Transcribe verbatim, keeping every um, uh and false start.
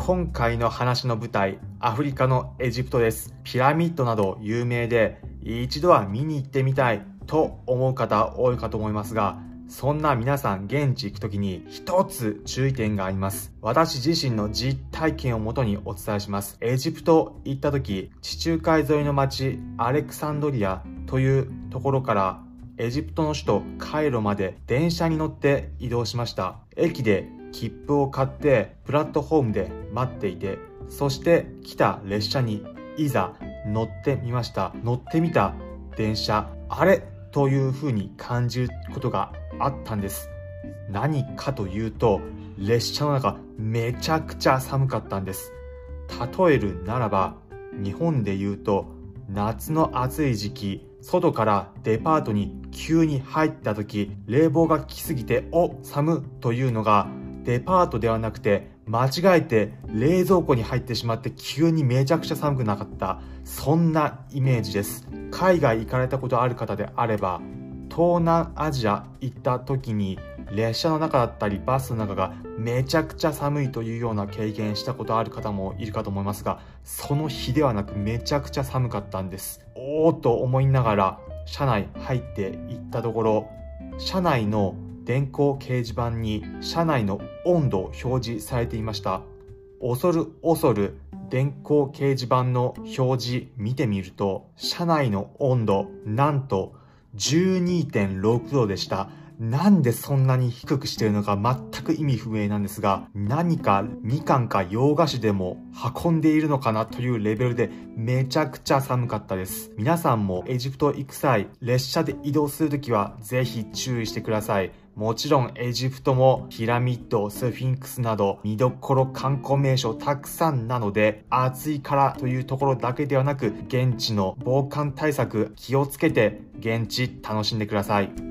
今回の話の舞台、アフリカのエジプトです。ピラミッドなど有名で、一度は見に行ってみたいと思う方多いかと思いますが、そんな皆さん現地行くときに一つ注意点があります。私自身の実体験をもとにお伝えします。エジプト行ったとき、地中海沿いの町アレクサンドリアというところからエジプトの首都カイロまで電車に乗って移動しました。駅で切符を買ってプラットフォームで待っていて、そして来た列車にいざ乗ってみました。乗ってみた電車、あれという風に感じることがあったんです。何かというと、列車の中めちゃくちゃ寒かったんです。例えるならば、日本で言うと夏の暑い時期、外からデパートに急に入った時、冷房が効きすぎてお寒というのがデパートではなくて間違えて冷蔵庫に入ってしまって急にめちゃくちゃ寒くなかった、そんなイメージです。海外行かれたことある方であれば、東南アジア行った時に列車の中だったりバスの中がめちゃくちゃ寒いというような経験したことある方もいるかと思いますが、その日ではなくめちゃくちゃ寒かったんです。おーっと思いながら車内入っていったところ、車内の電光掲示板に車内の温度を表示されていました。恐る恐る電光掲示板の表示見てみると、車内の温度なんと じゅうにてんろくどでした。なんでそんなに低くしているのか全く意味不明なんですが、何かみかんか洋菓子でも運んでいるのかなというレベルでめちゃくちゃ寒かったです。皆さんもエジプト行く際、列車で移動するときはぜひ注意してください。もちろんエジプトもピラミッド、スフィンクスなど見どころ観光名所たくさんなので、暑いからというところだけではなく、現地の防寒対策気をつけて現地楽しんでください。